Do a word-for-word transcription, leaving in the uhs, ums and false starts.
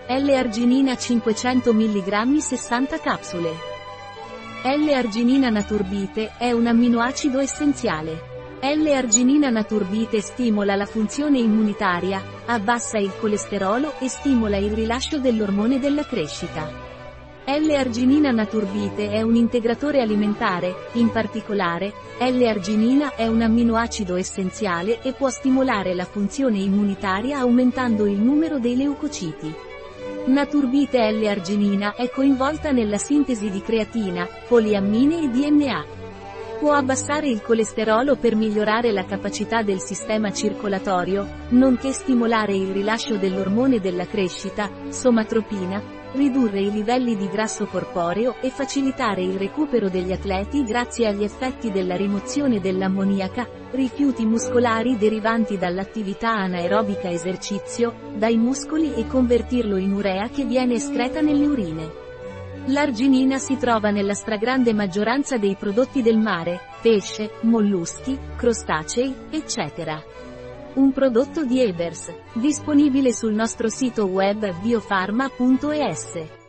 L-arginina cinquecento milligrammi sessanta capsule. L-arginina naturbite è un amminoacido essenziale. L-arginina naturbite stimola la funzione immunitaria, abbassa il colesterolo e stimola il rilascio dell'ormone della crescita. L-arginina naturbite è un integratore alimentare, in particolare, L-arginina è un amminoacido essenziale e può stimolare la funzione immunitaria aumentando il numero dei leucociti. Naturbite L-arginina è coinvolta nella sintesi di creatina, poliammine e D N A. Può abbassare il colesterolo per migliorare la capacità del sistema circolatorio, nonché stimolare il rilascio dell'ormone della crescita, somatropina, ridurre i livelli di grasso corporeo e facilitare il recupero degli atleti grazie agli effetti della rimozione dell'ammoniaca, rifiuti muscolari derivanti dall'attività anaerobica esercizio, dai muscoli e convertirlo in urea che viene escreta nelle urine. L'arginina si trova nella stragrande maggioranza dei prodotti del mare, pesce, molluschi, crostacei, eccetera. Un prodotto di Ebers, disponibile sul nostro sito web biofarma punto es.